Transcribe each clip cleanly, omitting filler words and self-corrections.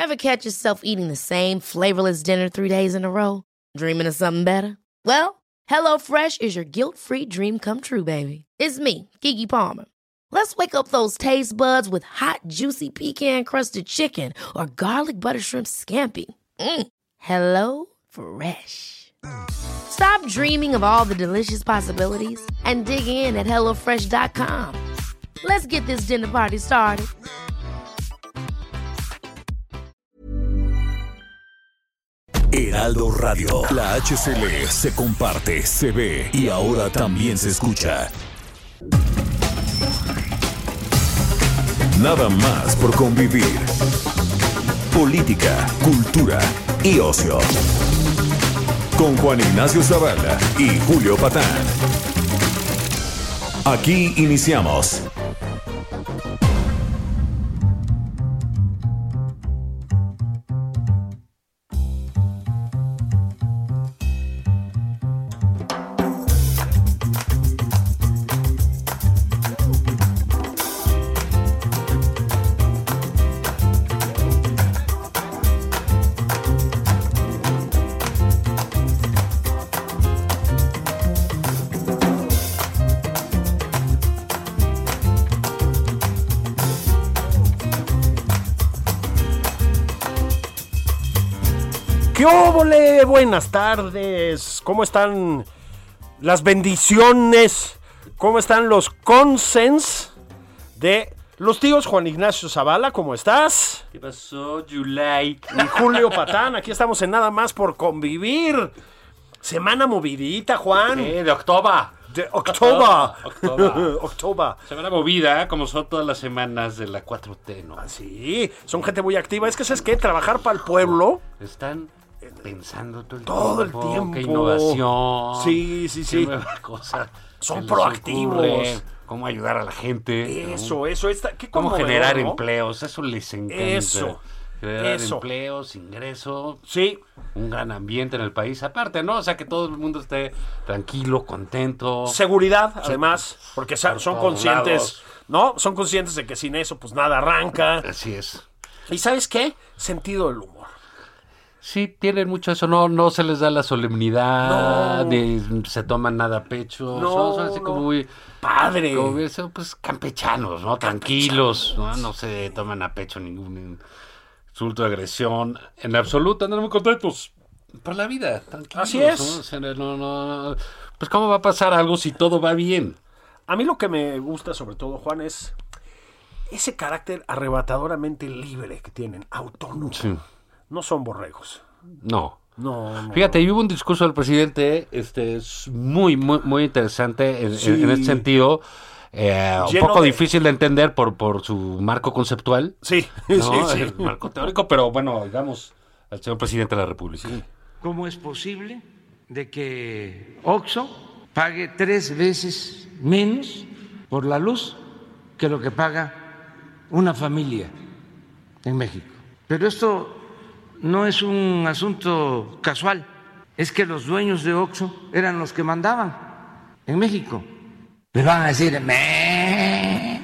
Ever catch yourself eating the same flavorless dinner 3 days in a row? Dreaming of something better? Well, HelloFresh is your guilt-free dream come true, baby. It's me, Keke Palmer. Let's wake up those taste buds with hot, juicy pecan-crusted chicken or garlic butter shrimp scampi. Hello Fresh. Stop dreaming of all the delicious possibilities and dig in at HelloFresh.com. Let's get this dinner party started. Heraldo Radio. La HCL se comparte, se ve y ahora también se escucha. Nada más por convivir. Política, cultura y ocio. Con Juan Ignacio Zavala y Julio Patán. Aquí iniciamos. ¡Qué óvole! Buenas tardes. ¿Cómo están las bendiciones? ¿Cómo están los consens de los tíos? Juan Ignacio Zavala, ¿cómo estás? ¿Qué pasó, Yulai? Y Julio Patán, aquí estamos en Nada Más por Convivir. Semana movidita, Juan. De octubre. De octubre. Octubre. Semana movida, como son todas las semanas de la 4T, ¿no? Sí, son gente muy activa. Es que, ¿sabes qué? Trabajar para el pueblo. Están pensando todo el tiempo. Qué innovación. Sí. Qué nueva cosa. Son proactivos. Cómo ayudar a la gente. Eso. Qué cómo conmovedor, generar ¿no? empleos. Eso les encanta. Generar empleos, ingresos. Sí. Un gran ambiente en el país. Aparte, ¿no? O sea, que todo el mundo esté tranquilo, contento. Seguridad, además, porque son conscientes, lados. ¿no? Son conscientes de que sin eso, pues nada arranca. Así es. ¿Y sabes qué? Sentido del humor. Sí, tienen mucho eso, no se les da la solemnidad, No. ni se toman nada a pecho, No, son así como muy padre. como son, pues campechanos, ¿no? Tranquilos, ¿no? Se toman a pecho ningún insulto de agresión, en absoluto, andan muy contentos por la vida, tranquilos. Así es. ¿no? O sea, no, pues ¿cómo va a pasar algo si todo va bien? A mí lo que me gusta sobre todo, Juan, es ese carácter arrebatadoramente libre que tienen, autónomo. Sí. No son borregos. No. No. Fíjate, y hubo un discurso del presidente, es muy interesante en este sentido, un poco difícil de entender por su marco conceptual. Sí, ¿no? sí. El marco teórico, pero bueno, digamos al señor presidente de la República. Sí. ¿Cómo es posible de que OXXO pague 3 veces menos por la luz que lo que paga una familia en México? Pero esto no es un asunto casual, es que los dueños de OXXO eran los que mandaban en México. Le van a decir, me.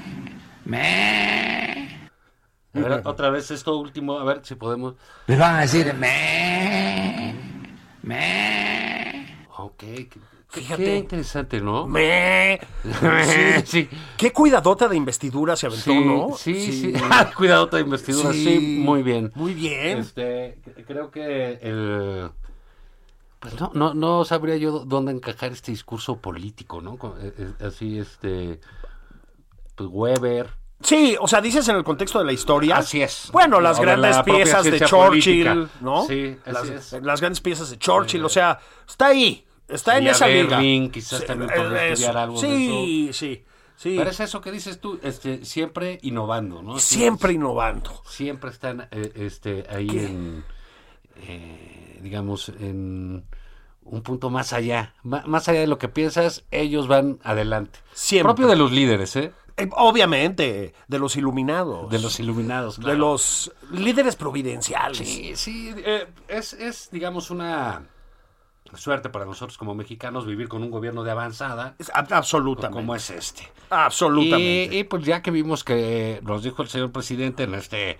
A ver, otra vez esto último, a ver si podemos. Le van a decir, me. Ok, Fíjate. qué interesante, ¿no? Sí. Qué cuidadota de investidura se aventó, ¿no? Sí. Cuidado de investidura, sí, muy bien. Muy bien. Creo que pues no sabría yo dónde encajar este discurso político, ¿no? Así, pues Weber. Sí, o sea, dices en el contexto de la historia. Así es. Bueno, las O de grandes la propia piezas de ciencia Churchill, política. ¿no? Sí, así es. Las grandes piezas de Churchill, o sea, está ahí, está en esa liga. Berlín, quizás también podría estudiar algo de eso. Sí. Pero es eso que dices tú, siempre innovando, ¿no? Siempre innovando. Siempre están ahí digamos, en un punto más allá de lo que piensas, ellos van adelante. Siempre. Propio de los líderes, ¿eh? Obviamente, de los iluminados. De los iluminados, claro. De los líderes providenciales. Sí, es digamos, una suerte para nosotros como mexicanos vivir con un gobierno de avanzada. Absolutamente. Como es este. Absolutamente. Y pues ya que vimos que nos dijo el señor presidente en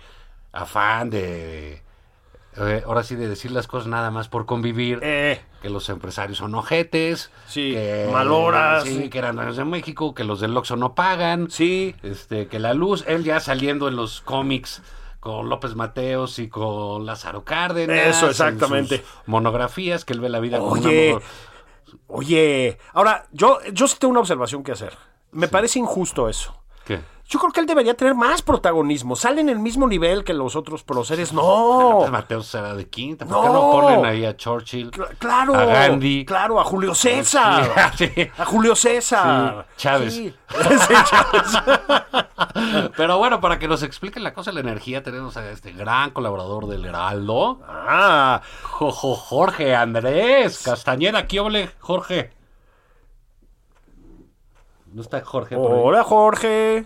afán de... ahora sí, de decir las cosas nada más por convivir, que los empresarios son ojetes, Sí, que maloras. sí, que eran dueños de México, que los del Oxxo no pagan, Sí. que la luz, él ya saliendo en los cómics con López Mateos y con Lázaro Cárdenas, Eso, exactamente. en sus monografías, que él ve la vida como Oye, una... oye, ahora, yo sí tengo una observación que hacer. Me parece injusto eso. ¿Qué? Yo creo que él debería tener más protagonismo. Sale en el mismo nivel que los otros próceres. No. López Mateos será de quinta, ¿por qué No. no ponen ahí a Churchill, Claro. a Gandhi? Claro, a Julio César. Sí. A Julio César. Sí, Chávez. Sí. Sí, Chávez. Pero bueno, para que nos explique la cosa de la energía, tenemos a este gran colaborador del Heraldo, Ah, Jorge Andrés Castañeda. ¿Qué ole, Jorge? ¿No está Jorge por ahí? hola, Jorge.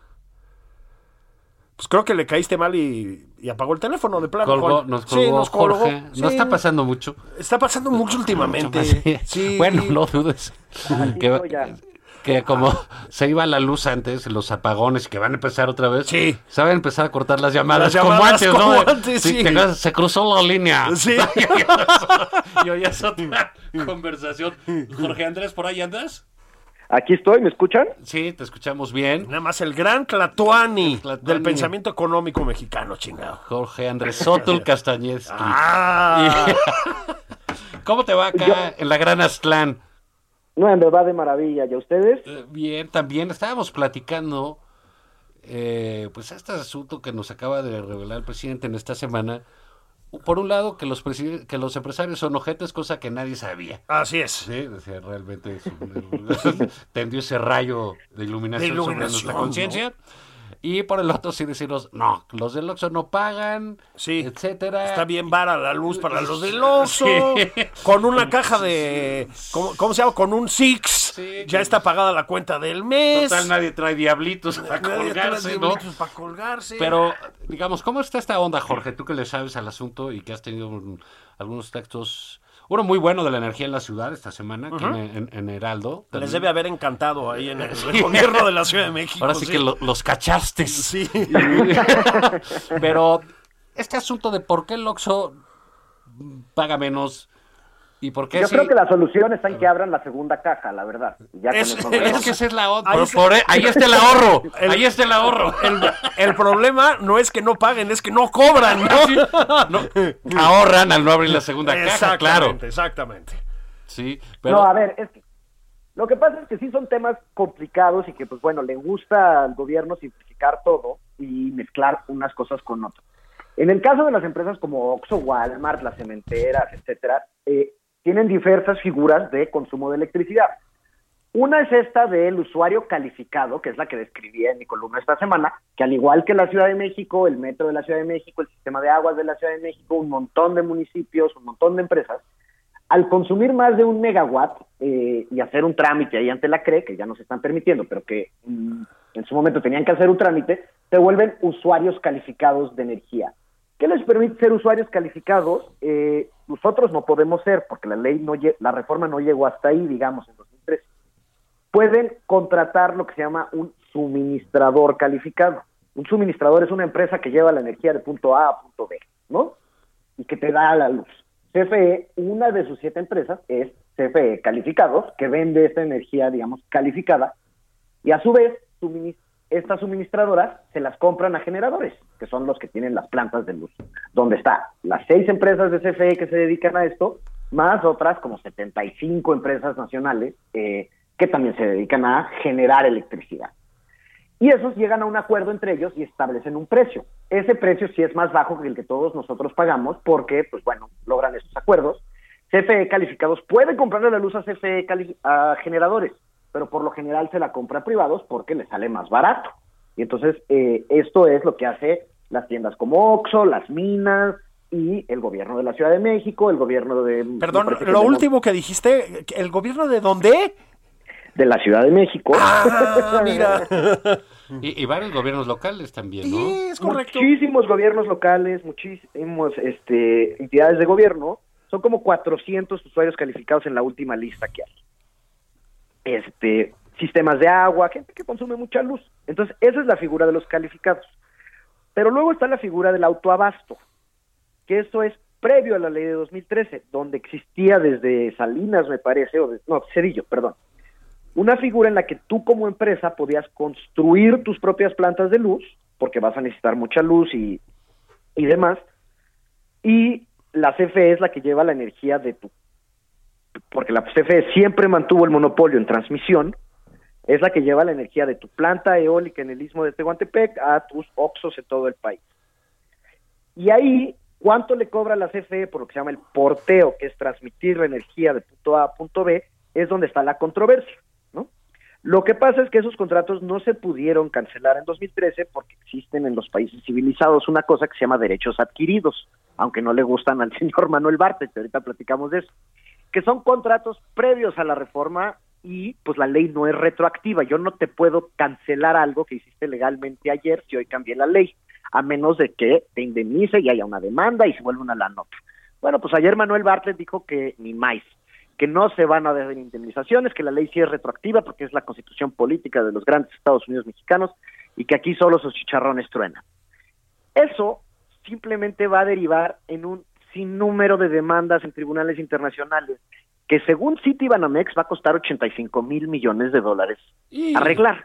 Pues creo que le caíste mal y apagó el teléfono de plano. Colgó, Juan. nos colgó, Sí, nos colgó. Jorge. Sí. No está pasando mucho. Está pasando mucho últimamente. Sí. Sí. Bueno, no dudes estoy ya. que como se iba la luz antes, los apagones que van a empezar otra vez, Sí. se van a empezar a cortar las llamadas, Las como llamadas antes, como ¿no? antes, sí. Se cruzó la línea. Sí. Y hoy es otra conversación. Jorge Andrés, ¿por ahí andas? Aquí estoy, ¿me escuchan? Sí, te escuchamos bien. Nada más el gran Tlatuani Tlatuani. del pensamiento económico mexicano, chingado. Jorge Andrés Sotul Castañez. Ah, ¿Cómo te va acá en la Gran Aztlán? No, en verdad de maravilla. ¿Y a ustedes? Bien, también estábamos platicando, pues este asunto que nos acaba de revelar el presidente en esta semana. Por un lado, que los empresarios son ojetes, cosa que nadie sabía. así es. Sí, decía, realmente tendió ese rayo de iluminación, sobre nuestra conciencia. Y por el otro sí decirnos, no, los del Oxxo no pagan, Sí. etcétera. Está bien vara la luz para los del Oxxo. Sí. Con una caja de... ¿Cómo se llama? Con un Six. Sí. Ya está pagada la cuenta del mes. Total, nadie trae diablitos para Nadie trae colgarse, ¿no? diablitos para colgarse. Pero, digamos, ¿cómo está esta onda, Jorge? Tú que le sabes al asunto y que has tenido algunos textos, uno muy bueno de la energía en la ciudad esta semana, aquí en Heraldo. Les también. debe haber encantado ahí en el gobierno de la Ciudad de México. Ahora sí que los cachaste. Sí. Pero este asunto de por qué el Oxxo paga menos y por qué Yo sí... creo que la solución está en que abran la segunda caja, la verdad. Ya con eso Es que esa es la onda. Ahí Ahí está el ahorro. Ahí está el ahorro. El problema no es que no paguen, es que no cobran, ¿no? No, ahorran al no abrir la segunda caja, claro. Exactamente. Sí, pero... No, a ver, es que lo que pasa es que sí son temas complicados y que, pues bueno, le gusta al gobierno simplificar todo y mezclar unas cosas con otras. En el caso de las empresas como Oxxo, Walmart, las cementeras, etcétera, tienen diversas figuras de consumo de electricidad. Una es esta del usuario calificado, que es la que describía en mi columna esta semana, que al igual que la Ciudad de México, el metro de la Ciudad de México, el sistema de aguas de la Ciudad de México, un montón de municipios, un montón de empresas, al consumir más de 1 megawatt y hacer un trámite ahí ante la CRE, que ya nos están permitiendo, pero que en su momento tenían que hacer un trámite, se vuelven usuarios calificados de energía. ¿Qué les permite ser usuarios calificados? Nosotros no podemos ser, porque la reforma no llegó hasta ahí, digamos, en 2013. Pueden contratar lo que se llama un suministrador calificado. Un suministrador es una empresa que lleva la energía de punto A a punto B, ¿no? Y que te da la luz. CFE, una de sus 7 empresas es CFE Calificados, que vende esta energía, digamos, calificada, y a su vez, estas suministradoras se las compran a generadores, que son los que tienen las plantas de luz, donde están las 6 empresas de CFE que se dedican a esto, más otras como 75 empresas nacionales que también se dedican a generar electricidad. Y esos llegan a un acuerdo entre ellos y establecen un precio. Ese precio sí es más bajo que el que todos nosotros pagamos porque, pues bueno, logran esos acuerdos. CFE Calificados puede comprarle la luz a CFE a generadores, pero por lo general se la compra a privados porque le sale más barato. Y entonces esto es lo que hace las tiendas como Oxxo, las minas y el gobierno de la Ciudad de México, el gobierno de... Perdón, lo último que dijiste, ¿el gobierno de dónde? De la Ciudad de México. Ah, mira. Y varios gobiernos locales también, ¿no? Sí, es correcto. Muchísimos gobiernos locales, muchísimos entidades de gobierno. Son como 400 usuarios calificados en la última lista que hay. Sistemas de agua, gente que consume mucha luz. Entonces, esa es la figura de los calificados. Pero luego está la figura del autoabasto, que eso es previo a la ley de 2013, donde existía desde Salinas, me parece, Cedillo, perdón, una figura en la que tú como empresa podías construir tus propias plantas de luz, porque vas a necesitar mucha luz y demás, y la CFE es la que lleva la energía porque la CFE siempre mantuvo el monopolio en transmisión, es la que lleva la energía de tu planta eólica en el Istmo de Tehuantepec a tus Oxxos en todo el país. Y ahí, ¿cuánto le cobra la CFE por lo que se llama el porteo, que es transmitir la energía de punto A a punto B? Es donde está la controversia, ¿no? Lo que pasa es que esos contratos no se pudieron cancelar en 2013 porque existen en los países civilizados una cosa que se llama derechos adquiridos, aunque no le gustan al señor Manuel Bartlett, que ahorita platicamos de eso, que son contratos previos a la reforma y pues la ley no es retroactiva. Yo no te puedo cancelar algo que hiciste legalmente ayer si hoy cambié la ley, a menos de que te indemnice y haya una demanda y se vuelva una la nota. Bueno, pues ayer Manuel Bartlett dijo que ni más, que no se van a dar indemnizaciones, que la ley sí es retroactiva porque es la constitución política de los grandes Estados Unidos mexicanos y que aquí solo sus chicharrones truenan. Eso simplemente va a derivar en un sinnúmero de demandas en tribunales internacionales que según Citibanamex va a costar $85,000 millones arreglar.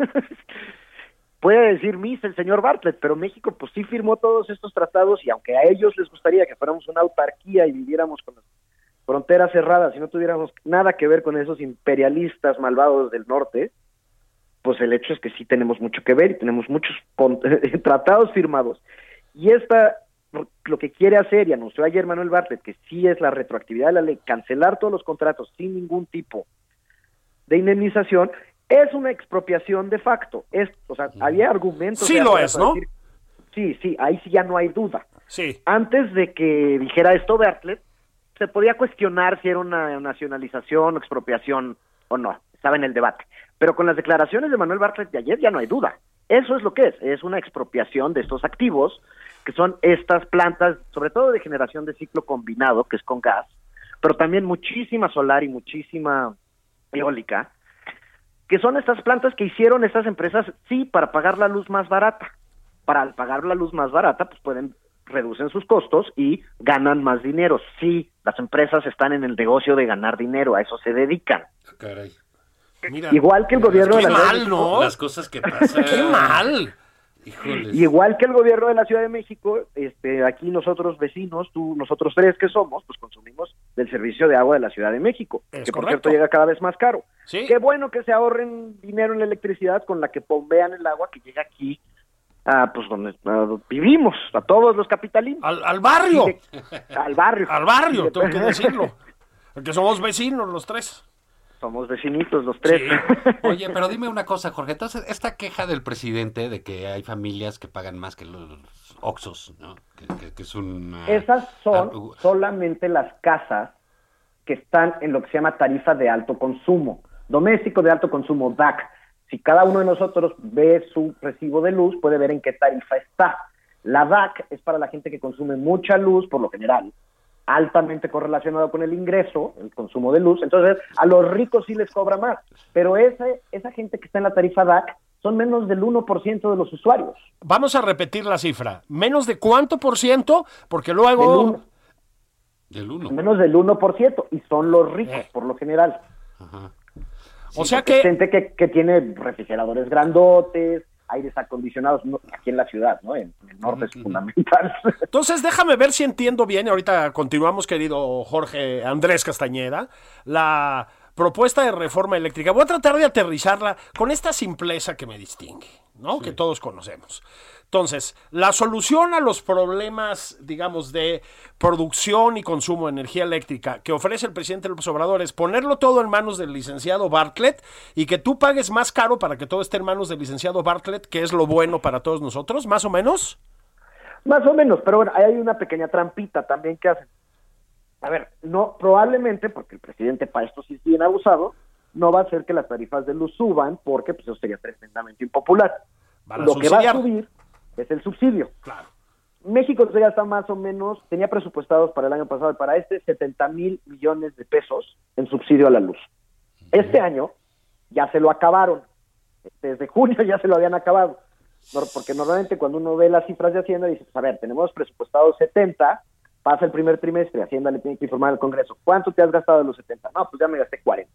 Puede decir el señor Bartlett, pero México pues sí firmó todos estos tratados y aunque a ellos les gustaría que fuéramos una autarquía y viviéramos con las fronteras cerradas y no tuviéramos nada que ver con esos imperialistas malvados del norte, pues el hecho es que sí tenemos mucho que ver y tenemos muchos tratados firmados. Y lo que quiere hacer, y anunció ayer Manuel Bartlett, que sí es la retroactividad de la ley, cancelar todos los contratos sin ningún tipo de indemnización, es una expropiación de facto. Había argumentos... Sí lo es, ¿no? Sí, ahí sí ya no hay duda. Sí. Antes de que dijera esto Bartlett, se podía cuestionar si era una nacionalización o expropiación o no. Estaba en el debate. Pero con las declaraciones de Manuel Bartlett de ayer ya no hay duda. Eso es lo que es una expropiación de estos activos, que son estas plantas, sobre todo de generación de ciclo combinado, que es con gas, pero también muchísima solar y muchísima eólica, que son estas plantas que hicieron estas empresas, sí, para pagar la luz más barata. Para pagar la luz más barata, pues reducen sus costos y ganan más dinero. Sí, las empresas están en el negocio de ganar dinero, a eso se dedican. Caray. Mira, igual que el gobierno de la mal, Ciudad de México, ¿no? Las cosas que pasan. ¡Qué mal! Híjoles. igual que el gobierno de la Ciudad de México, aquí nosotros vecinos, nosotros tres que somos, pues consumimos del servicio de agua de la Ciudad de México, Es que por correcto. cierto llega cada vez más caro. Sí. Qué bueno que se ahorren dinero en la electricidad con la que bombean el agua que llega aquí, pues donde vivimos, a todos los capitalinos. Al barrio. Al barrio. Al barrio, tengo que decirlo. Porque somos vecinos los tres. Somos vecinitos los tres. Sí. Oye, pero dime una cosa, Jorge. Entonces, esta queja del presidente de que hay familias que pagan más que los Oxxos, ¿no? Que es una... Esas son solamente las casas que están en lo que se llama tarifa de alto consumo, doméstico de alto consumo, DAC. Si cada uno de nosotros ve su recibo de luz, puede ver en qué tarifa está. La DAC es para la gente que consume mucha luz, por lo general, altamente correlacionado con el ingreso, el consumo de luz. Entonces, a los ricos sí les cobra más, pero esa gente que está en la tarifa DAC son menos del 1% de los usuarios. Vamos a repetir la cifra. ¿Menos de cuánto por ciento? Porque luego... Del 1. Menos del 1%, y son los ricos, por lo general. Ajá. O sea Porque que... es gente que tiene refrigeradores grandotes, aires acondicionados, aquí en la ciudad, ¿no? En el norte es fundamental. Entonces, déjame ver si entiendo bien, y ahorita continuamos, querido Jorge Andrés Castañeda, la propuesta de reforma eléctrica. Voy a tratar de aterrizarla con esta simpleza que me distingue, ¿no? Sí. Que todos conocemos. Entonces, la solución a los problemas, digamos, de producción y consumo de energía eléctrica que ofrece el presidente López Obrador es ponerlo todo en manos del licenciado Bartlett y que tú pagues más caro para que todo esté en manos del licenciado Bartlett, que es lo bueno para todos nosotros, ¿más o menos? Más o menos, pero bueno, hay una pequeña trampita también que hacen. A ver, no, probablemente, porque el presidente para esto sí es bien abusado, no va a hacer que las tarifas de luz suban, porque pues, eso sería tremendamente impopular. Lo que va a subir es el subsidio. Claro. México ya está más o menos, tenía presupuestados para el año pasado y para 70,000 millones de pesos en subsidio a la luz. Este año ya se lo acabaron. Desde junio ya se lo habían acabado. porque normalmente cuando uno ve las cifras de Hacienda, dice, pues a ver, tenemos presupuestados 70, pasa el primer trimestre, Hacienda le tiene que informar al Congreso, ¿cuánto te has gastado de los 70? No, pues ya me gasté 40,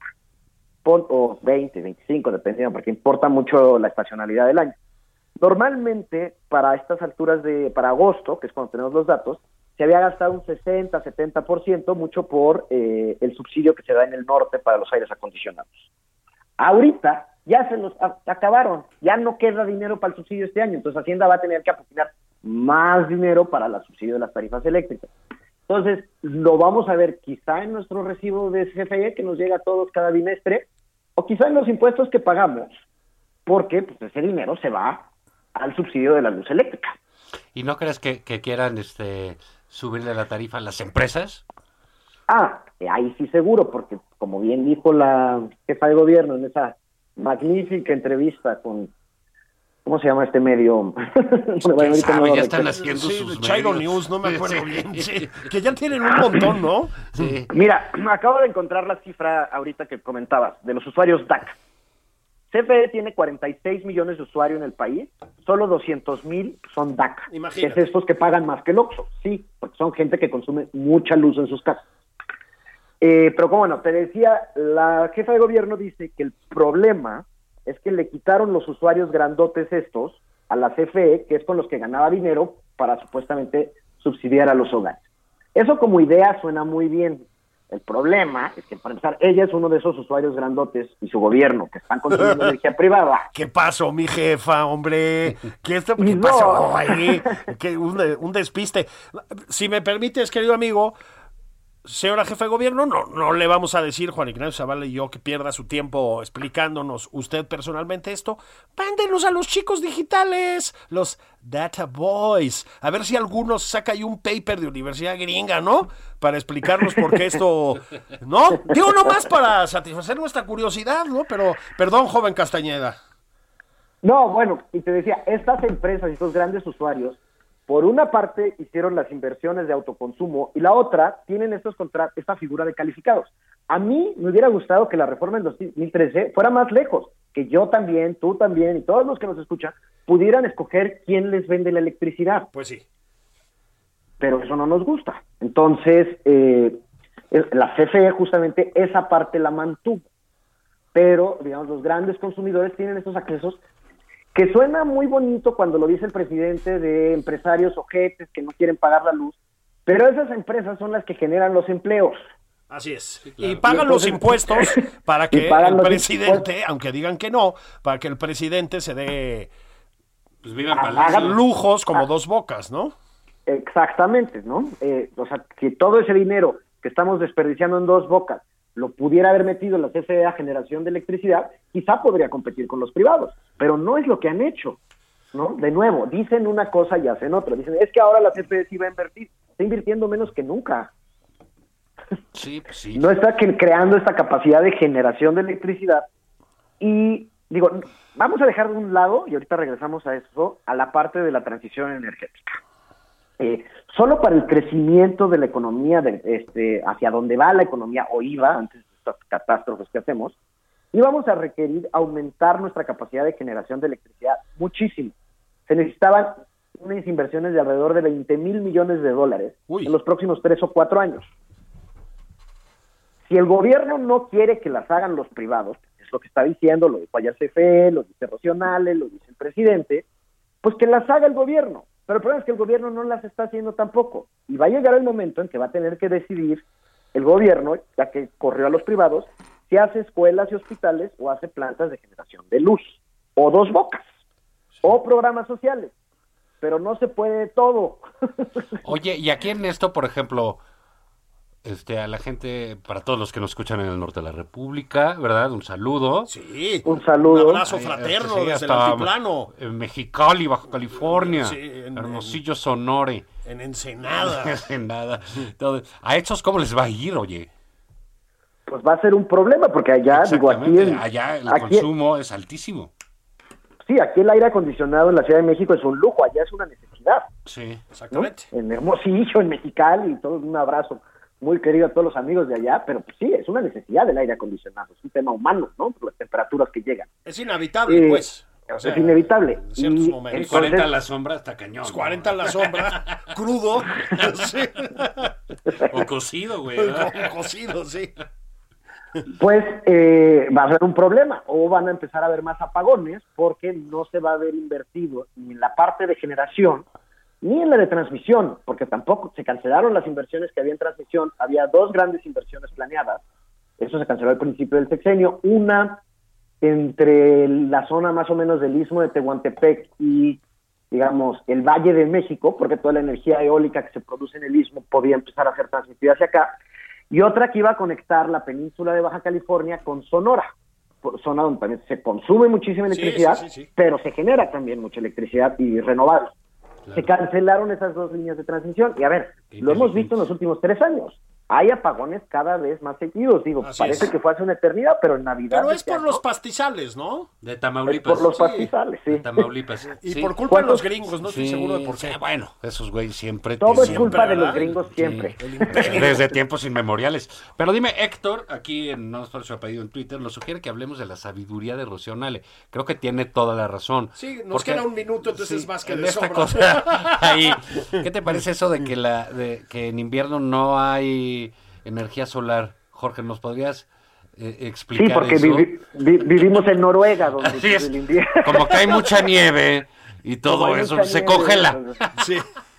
o 20, 25, dependiendo, porque importa mucho la estacionalidad del año. Normalmente, para estas alturas para agosto, que es cuando tenemos los datos, se había gastado un 60, 70%, mucho por el subsidio que se da en el norte para los aires acondicionados. Ahorita ya se los acabaron, ya no queda dinero para el subsidio este año, entonces Hacienda va a tener que asignar más dinero para el subsidio de las tarifas eléctricas. Entonces, lo vamos a ver quizá en nuestro recibo de CFE que nos llega a todos cada bimestre, o quizá en los impuestos que pagamos, porque pues, ese dinero se va al subsidio de la luz eléctrica. ¿Y no crees que quieran subirle la tarifa a las empresas? Ahí sí seguro, porque como bien dijo la jefa de gobierno en esa magnífica entrevista con, ¿cómo se llama este medio? ¿Quién sabe? Ya están haciendo sus Chairo medios. News, no me acuerdo bien. Sí, que ya tienen un montón, ¿no? Sí. Mira, acabo de encontrar la cifra ahorita que comentabas, de los usuarios DAC. CFE tiene 46 millones de usuarios en el país, solo 200,000 son DAC. Imagínate. Que es estos que pagan más que el Oxxo, sí, porque son gente que consume mucha luz en sus casas. Pero como bueno, te decía, la jefa de gobierno dice que el problema es que le quitaron los usuarios grandotes estos a la CFE, que es con los que ganaba dinero para supuestamente subsidiar a los hogares. Eso como idea suena muy bien. El problema es que, para empezar, ella es uno de esos usuarios grandotes y su gobierno que están consumiendo energía privada. ¿Qué pasó, mi jefa, hombre? ¿Qué No. pasó ahí? Un despiste. Si me permites, querido amigo, señora jefa de gobierno, no le vamos a decir, Juan Ignacio Zavala y yo, que pierda su tiempo explicándonos usted personalmente esto. Mándenos a los chicos digitales, los data boys. A ver si alguno saca ahí un paper de universidad gringa, ¿no? Para explicarnos por qué esto, ¿no? Digo, nomás para satisfacer nuestra curiosidad, ¿no? Pero, perdón, joven Castañeda. No, bueno, y te decía, estas empresas y estos grandes usuarios, por una parte hicieron las inversiones de autoconsumo y la otra tienen esta figura de calificados. A mí me hubiera gustado que la reforma en 2013 fuera más lejos, que yo también, tú también y todos los que nos escuchan pudieran escoger quién les vende la electricidad. Pues sí. Pero eso no nos gusta. Entonces, la CFE justamente esa parte la mantuvo. Pero, digamos, los grandes consumidores tienen estos accesos que suena muy bonito cuando lo dice el presidente de empresarios ojetes que no quieren pagar la luz, pero esas empresas son las que generan los empleos. Así es. Sí, claro. Y pagan los impuestos para que el presidente, aunque digan que no, para que el presidente se dé Pues vivan palacio. lujos como dos bocas, ¿no? Exactamente, ¿no? O sea, si todo ese dinero que estamos desperdiciando en dos bocas lo pudiera haber metido en la CFE a generación de electricidad, quizá podría competir con los privados, pero no es lo que han hecho, ¿no? De nuevo, dicen una cosa y hacen otra. Dicen, es que ahora la CFE sí va a invertir. Está invirtiendo menos que nunca. Sí, pues sí. No está creando esta capacidad de generación de electricidad. Y digo, vamos a dejar de un lado, y ahorita regresamos a eso, a la parte de la transición energética. Solo para el crecimiento de la economía, hacia donde va la economía, o iba, antes de estas catástrofes que hacemos, íbamos a requerir aumentar nuestra capacidad de generación de electricidad muchísimo. Se necesitaban unas inversiones de alrededor de 20,000 millones de dólares en los próximos 3 o 4 años. Si el gobierno no quiere que las hagan los privados, es lo que está diciendo, lo dijo ayer CFE, lo dice Rocionale, lo dice el presidente, pues que las haga el gobierno. Pero el problema es que el gobierno no las está haciendo tampoco. Y va a llegar el momento en que va a tener que decidir el gobierno, ya que corrió a los privados, si hace escuelas y hospitales o hace plantas de generación de luz, o dos bocas, o programas sociales. Pero no se puede todo. Oye, y aquí en esto, por ejemplo, a la gente, para todos los que nos escuchan en el norte de la República, ¿verdad? Un saludo. Sí. Un saludo. Un abrazo fraterno desde el altiplano. En Mexicali, Baja California. Sí, Hermosillo, Sonore. En Ensenada. Ensenada. Entonces, ¿a estos cómo les va a ir, oye? Pues va a ser un problema, porque allá, digo, aquí... allá el consumo es altísimo. Sí, aquí el aire acondicionado en la Ciudad de México es un lujo, allá es una necesidad. Sí, exactamente. ¿No? En Hermosillo, en Mexicali, y todo, un abrazo muy querido a todos los amigos de allá, pero pues sí, es una necesidad del aire acondicionado, es un tema humano, ¿no? Por las temperaturas que llegan. Es inhabitable, pues. O sea, es inevitable. en ciertos Y momentos. Y 40 a la sombra está cañón. 40 en la sombra, crudo. Sí. O cocido, güey. Como cocido, sí. Pues va a ser un problema, o van a empezar a haber más apagones porque no se va a haber invertido ni en la parte de generación ni en la de transmisión, porque tampoco se cancelaron las inversiones que había en transmisión. Había 2 grandes inversiones planeadas, eso se canceló al principio del sexenio, una entre la zona más o menos del Istmo de Tehuantepec y, digamos, el Valle de México, porque toda la energía eólica que se produce en el Istmo podía empezar a ser transmitida hacia acá, y otra que iba a conectar la península de Baja California con Sonora, zona donde también se consume muchísima electricidad, sí. pero se genera también mucha electricidad y renovable. Claro. Se cancelaron esas 2 líneas de transmisión, y a ver, lo hemos visto en los últimos 3 años. Hay apagones cada vez más seguidos, digo, Así parece es. que fue hace una eternidad, pero en Navidad... Pero de es este por año, los pastizales, ¿no? De es Tamaulipas. por los Sí. pastizales, sí. De Tamaulipas. Y Sí. por culpa de ¿Cuántos? los gringos, no estoy Sí, seguro de por qué. sí, bueno, esos güeyes siempre. Todo es tienen- culpa de los ¿verdad? gringos siempre. El imperio. Desde tiempos inmemoriales. Pero dime, Héctor, aquí en No por su apellido en Twitter, nos sugiere que hablemos de la sabiduría de Rocío Nale. Creo que tiene toda la razón. Sí, nos Porque- queda un minuto, entonces es más que en de esta sobra. cosa ahí. ¿Qué te parece eso de que en invierno no hay energía solar? Jorge, ¿nos podrías explicar Sí, porque eso? vivimos en Noruega, donde Así es. el invierno... Como que hay mucha nieve y todo Como hay eso mucha se nieve, congela. Sí.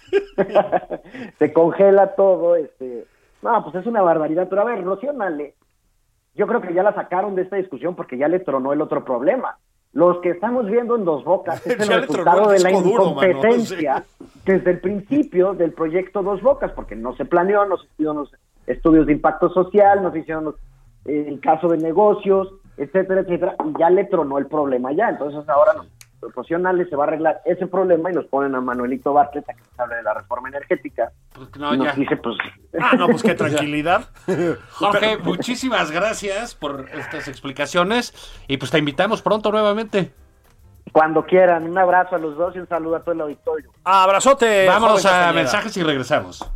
se congela todo, no, pues es una barbaridad. Pero a ver, Rocío Nale, yo creo que ya la sacaron de esta discusión porque ya le tronó el otro problema. Los que estamos viendo en Dos Bocas es el Ya le tronó resultado el de la disco duro, mano, incompetencia desde el principio del proyecto Dos Bocas, porque no se planeó, no se hicieron los estudios de impacto social, no se hicieron el caso de negocios, etcétera, etcétera, y ya le tronó el problema ya. Entonces ahora Rocío Nale se va a arreglar ese problema y nos ponen a Manuelito Bartlett a que nos hable de la reforma energética. Pues no, Y nos ya. dice, pues... No, pues qué tranquilidad. Jorge, muchísimas gracias por estas explicaciones y pues te invitamos pronto nuevamente. Cuando quieran, un abrazo a los dos y un saludo a todo el auditorio. Abrazote. Vámonos joven a Castañeda. mensajes y regresamos.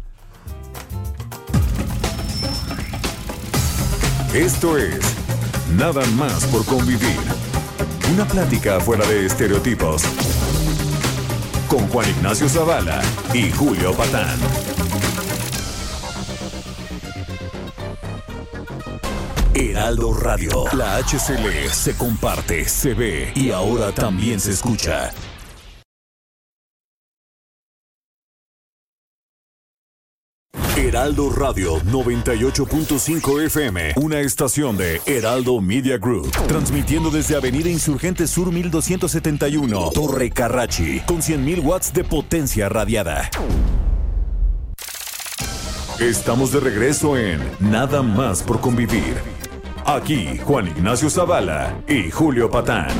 Esto es Nada más por convivir. Una plática fuera de estereotipos. Con Juan Ignacio Zavala y Julio Patán. Heraldo Radio. La HCL se comparte, se ve y ahora también se escucha. Heraldo Radio 98.5 FM, una estación de Heraldo Media Group, transmitiendo desde Avenida Insurgente Sur 1271, Torre Carrachi, con 100.000 watts de potencia radiada. Estamos de regreso en Nada más por convivir. Aquí Juan Ignacio Zavala y Julio Patán.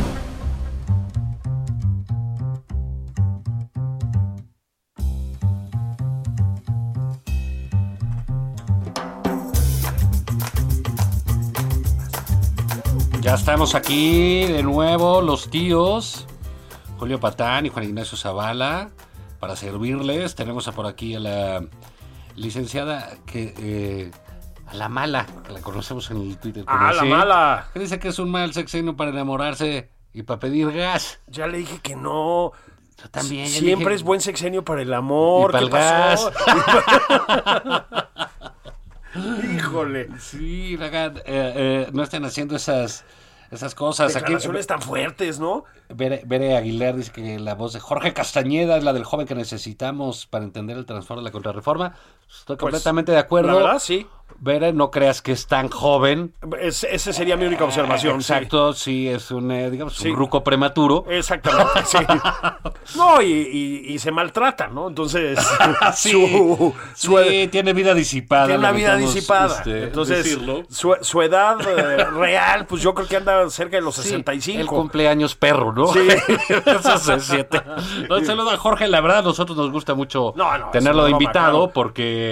Ya estamos aquí de nuevo, los tíos, Julio Patán y Juan Ignacio Zavala, para servirles. Tenemos por aquí a la licenciada, a la mala, que la conocemos en el Twitter. como Ah, la así, mala. que dice que es un mal sexenio para enamorarse y para pedir gas. Ya le dije que no. Yo también. ya Siempre dije- es buen sexenio para el amor. Y para ¿Qué el pasó? gas. Híjole. Sí, no estén haciendo esas cosas. Aquí, Declaraciones tan fuertes, ¿no? Bere Aguilar dice que la voz de Jorge Castañeda es la del joven que necesitamos para entender el trasfondo de la contrarreforma. Estoy Pues, completamente de acuerdo. La verdad, sí. Bere, no creas que es tan joven. Esa sería mi única observación. sí. Exacto, sí, es un, digamos, Sí. un ruco prematuro. Exactamente, sí. No, y se maltrata, ¿no? Entonces, Sí, su- sí, tiene vida disipada. tiene una vida lamentamos, disipada. Entonces, decirlo. su edad real, pues yo creo que anda cerca de los Sí, 65. el cumpleaños perro, ¿no? Sí. Eso es 7. Un saludo a Jorge, la verdad, a nosotros nos gusta mucho No, es tenerlo una de broma, invitado claro. porque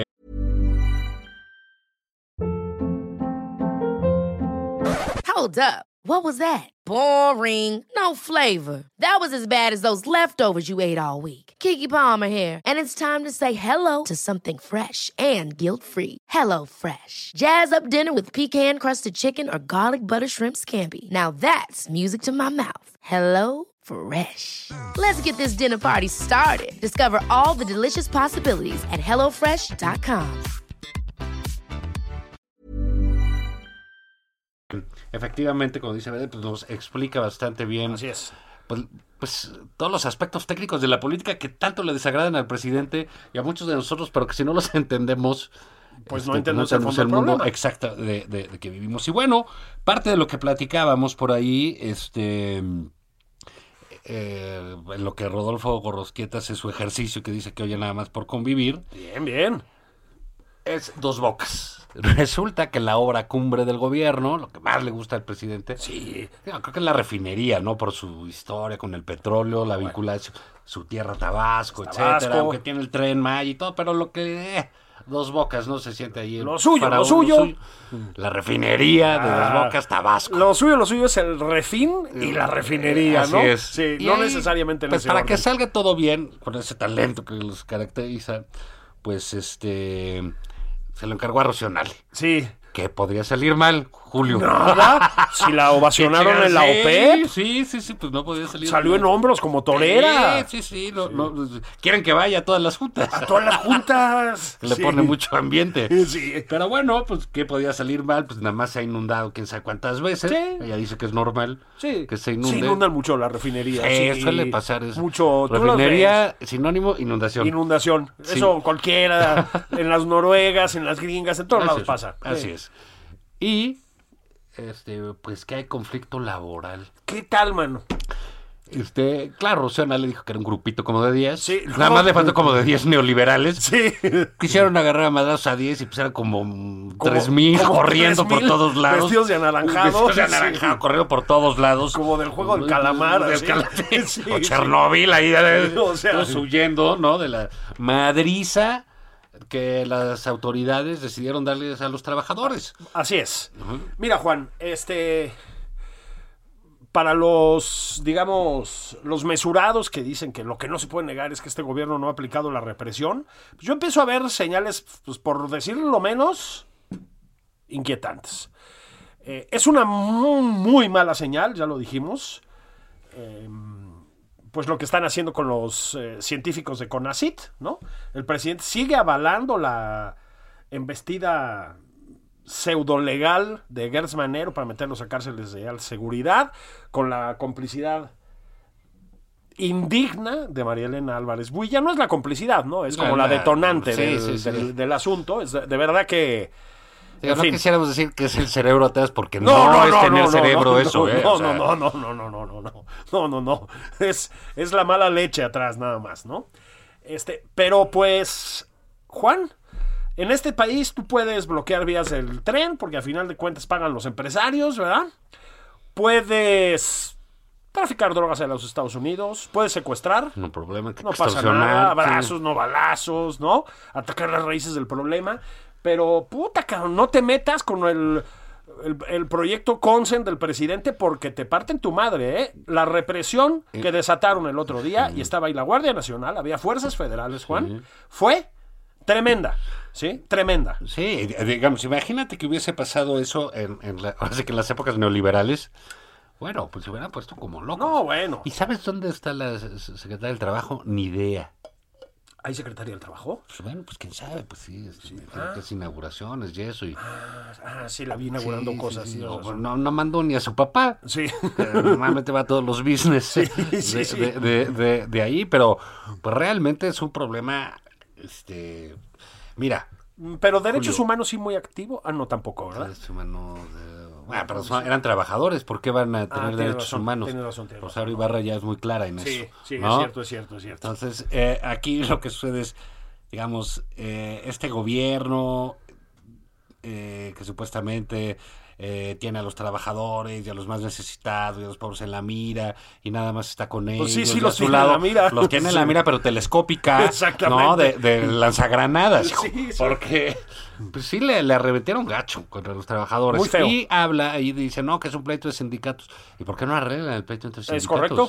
Hold up. What was that? Boring. No flavor. That was as bad as those leftovers you ate all week. Keke Palmer here, and it's time to say hello to something fresh and guilt-free. Hello Fresh. Jazz up dinner with pecan-crusted chicken or garlic butter shrimp scampi. Now that's music to my mouth. Hello Fresh. Let's get this dinner party started. Discover all the delicious possibilities at hellofresh.com. Efectivamente, como dice Bede, pues nos explica bastante bien. Así es. Pues todos los aspectos técnicos de la política que tanto le desagradan al presidente y a muchos de nosotros, pero que si no los entendemos, Pues no entendemos el fondo del mundo problema. exacto de que vivimos. Y bueno, parte de lo que platicábamos por ahí, en lo que Rodolfo Gorrosquieta hace su ejercicio que dice que oye nada más por convivir, Bien. es Dos Bocas. Resulta que la obra cumbre del gobierno, lo que más le gusta al presidente, Sí. creo que es la refinería, ¿no? Por su historia con el petróleo, la vinculación, su tierra Tabasco, etcétera, Tabasco. aunque tiene el Tren Maya y todo, pero lo que Dos Bocas no se siente ahí. Lo suyo. La refinería de Dos Bocas, Tabasco. Lo suyo es el refín y la refinería, Así ¿no? es. Sí, Y no ahí, necesariamente en pues ese para orden. que salga todo bien, con ese talento que los caracteriza, pues se lo encargó a Rocío Nale. Sí. Que podría salir mal, Julio. Nada. Si la ovacionaron en la OPEP, Sí, pues no podía salir salió mal. en hombros como torera. Sí. No, quieren que vaya a todas las juntas. A todas las juntas. Le Sí. pone mucho ambiente. Sí. Pero bueno, pues ¿qué podía salir mal? Pues nada más se ha inundado quién sabe cuántas veces. Sí. Ella dice que es normal Sí. que se inunde. Se inundan mucho la refinería. Sí, suele pasar eso. Mucho. Tú lo Refinería, sinónimo, inundación. ves. Inundación. Sí. Eso cualquiera. En las noruegas, en las gringas, en todos Así lados es, pasa. Así Sí. es. Y, pues que hay conflicto laboral. ¿Qué tal, mano? Claro, Rocío Nale le dijo que era un grupito como de 10. Sí. Nada más le faltó como de 10 neoliberales. Sí. Quisieron agarrar a madrazos a 10 y pues eran como 3,000 como corriendo 3,000 por todos lados. vestidos de anaranjado. Vestidos de anaranjado, Sí. corriendo por todos lados. Como del juego del calamar. así. Sí, O sí. Chernobyl ahí, O sea, todos huyendo, ¿no? De la madriza que las autoridades decidieron darles a los trabajadores. Así es. Mira, Juan, para los, digamos, los mesurados que dicen que lo que no se puede negar es que este gobierno no ha aplicado la represión, pues yo empiezo a ver señales, pues por decirlo lo menos, inquietantes. Es una muy mala señal, ya lo dijimos, pues lo que están haciendo con los científicos de CONACYT, ¿no? El presidente sigue avalando la embestida pseudo-legal de Gertz Manero para meterlos a cárceles de alta seguridad, con la complicidad indigna de María Elena Álvarez Builla. No es la complicidad, ¿no? Es como la detonante del asunto. Es de verdad que... Digo, en no fin. quisiéramos decir que es el cerebro atrás porque no es tener cerebro eso, ¿eh? No, O sea, no. Es la mala leche atrás nada más, ¿no? Pero pues, Juan, en este país tú puedes bloquear vías del tren porque al final de cuentas pagan los empresarios, ¿verdad? Puedes traficar drogas a los Estados Unidos, puedes secuestrar, no problema, que no pasa extorsionar, nada, sí. abrazos, no balazos, ¿no? Atacar las raíces del problema. Pero, puta, cabrón, no te metas con el proyecto Consent del presidente porque te parten tu madre, ¿eh? La represión que desataron el otro día, y estaba ahí la Guardia Nacional, había fuerzas federales, Juan, fue tremenda, ¿sí? Tremenda. Sí, digamos, imagínate que hubiese pasado eso ahora sí que en las épocas neoliberales. Bueno, pues se hubieran puesto como locos. No, bueno. ¿Y sabes dónde está la secretaria del Trabajo? Ni idea. ¿Hay Secretaría del Trabajo? Pues bueno, pues quién sabe, pues sí, que es inauguraciones y eso. Sí, la vi inaugurando Sí, cosas. sí, sí, no, razón. no mandó ni a su papá. Sí. Que normalmente va a todos los business sí. de ahí, pero pues realmente es un problema, mira, Pero derechos Julio. humanos sí muy activo. Ah, no, tampoco, ¿verdad? derechos humanos, pero eran trabajadores, ¿por qué van a tener tienes derechos razón, humanos? tienes razón. Rosario Ibarra ya es muy clara en Sí, eso. sí, ¿no? es cierto. Entonces, aquí lo que sucede es, digamos, este gobierno que supuestamente tiene a los trabajadores y a los más necesitados y a los pobres en la mira y nada más está con ellos. Pues sí, y a los su tiene en la mira. Los tiene en la Sí. mira, pero telescópica, Exactamente. ¿no? De lanzagranadas. Sí. Porque, pues sí, le arremetieron gacho contra los trabajadores. Muy feo. Y habla y dice, no, que es un pleito de sindicatos. ¿Y por qué no arreglan el pleito entre sindicatos? Es correcto.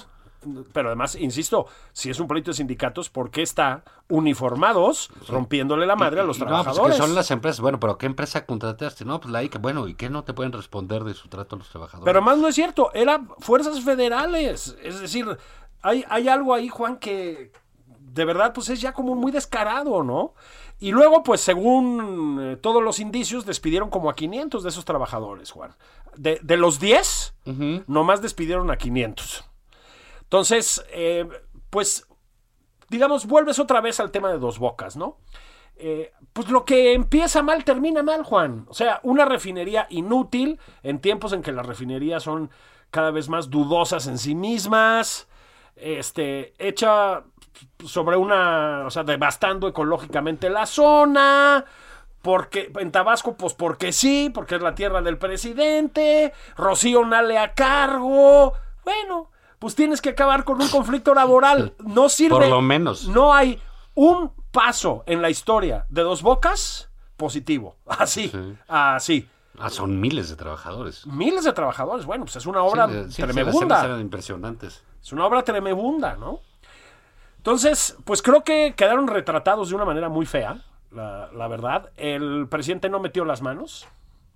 pero además, insisto, si es un pleito de sindicatos, ¿por qué está uniformados rompiéndole la madre a los trabajadores? No, pues que son las empresas. Bueno, pero ¿qué empresa contrataste? No, pues la ICA. Bueno, ¿y qué no te pueden responder de su trato a los trabajadores? Pero más no es cierto, eran fuerzas federales. Es decir, hay algo ahí, Juan, que de verdad pues es ya como muy descarado, ¿no? Y luego, pues según todos los indicios, despidieron como a 500 de esos trabajadores, Juan. De los 10, nomás despidieron a 500. Entonces, pues, digamos, vuelves otra vez al tema de Dos Bocas, ¿no? Pues lo que empieza mal, termina mal, Juan. O sea, una refinería inútil en tiempos en que las refinerías son cada vez más dudosas en sí mismas, hecha sobre o sea, devastando ecológicamente la zona, porque en Tabasco, pues porque sí, porque es la tierra del presidente, Rocío Nale a cargo, bueno, pues tienes que acabar con un conflicto laboral, no sirve. Por lo menos. No hay un paso en la historia de Dos Bocas positivo, así. Son miles de trabajadores. Miles de trabajadores, bueno, pues es una obra tremebunda. Las eran impresionantes. Es una obra tremebunda, ¿no? Entonces, pues creo que quedaron retratados de una manera muy fea, la verdad. El presidente no metió las manos.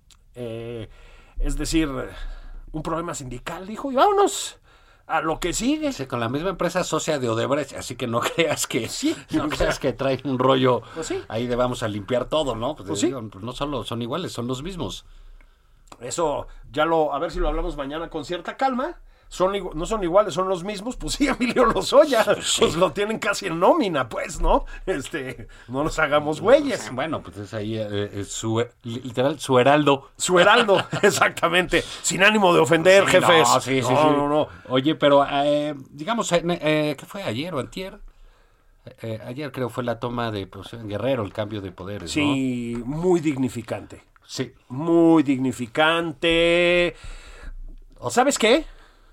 Es decir, un problema sindical, dijo, y vámonos a lo que sigue. Sí, con la misma empresa socia de Odebrecht, así que no creas que creas que traen un rollo ahí de vamos a limpiar todo, ¿no? Pues digo, pues no solo son iguales, son los mismos. Eso a ver si lo hablamos mañana con cierta calma. No son iguales, son los mismos, pues sí, Emilio Lozoya, pues lo tienen casi en nómina, pues, ¿no? No nos hagamos güeyes. Bueno, pues es ahí literal, su heraldo. Su heraldo, exactamente, sin ánimo de ofender, jefes. No. Oye, pero, digamos, ¿qué fue, ayer o antier? Ayer creo fue la toma de en Guerrero, el cambio de poderes, ¿no? Sí, muy dignificante. Sí. Muy dignificante. ¿Sabes qué?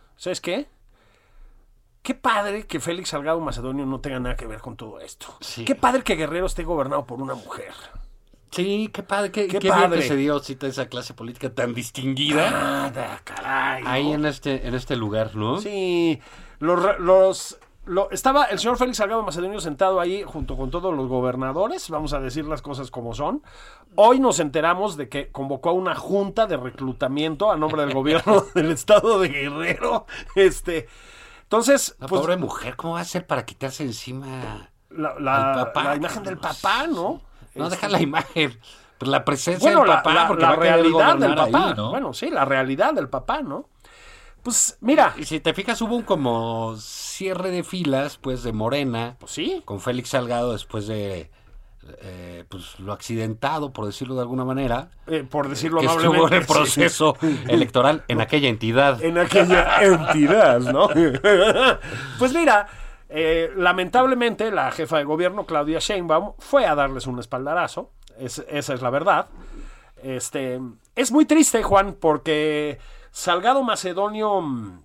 Qué padre que Félix Salgado Macedonio no tenga nada que ver con todo esto. Sí. Qué padre que Guerrero esté gobernado por una mujer. Sí, qué padre, qué padre que se dio cita a esa clase política tan distinguida. Nada, caray. Ahí en este lugar, ¿no? Sí, estaba el señor Félix Salgado Macedonio sentado ahí junto con todos los gobernadores, vamos a decir las cosas como son. Hoy nos enteramos de que convocó a una junta de reclutamiento a nombre del gobierno del estado de Guerrero. Entonces, la pobre mujer, ¿cómo va a hacer para quitarse encima la imagen del papá, ¿no? No, deja la imagen, pero la presencia del papá, porque la realidad del papá, ahí, ¿no? Bueno, sí, la realidad del papá, ¿no? Pues mira. Y si te fijas, hubo un como cierre de filas, pues, de Morena. Pues sí. Con Félix Salgado después de pues lo accidentado, por decirlo de alguna manera. Por decirlo que amablemente. estuvo en el proceso electoral en aquella entidad. En aquella entidad, ¿no? Pues mira, lamentablemente la jefa de gobierno, Claudia Sheinbaum, fue a darles un espaldarazo. Esa es la verdad. Es muy triste, Juan, porque Salgado Macedonio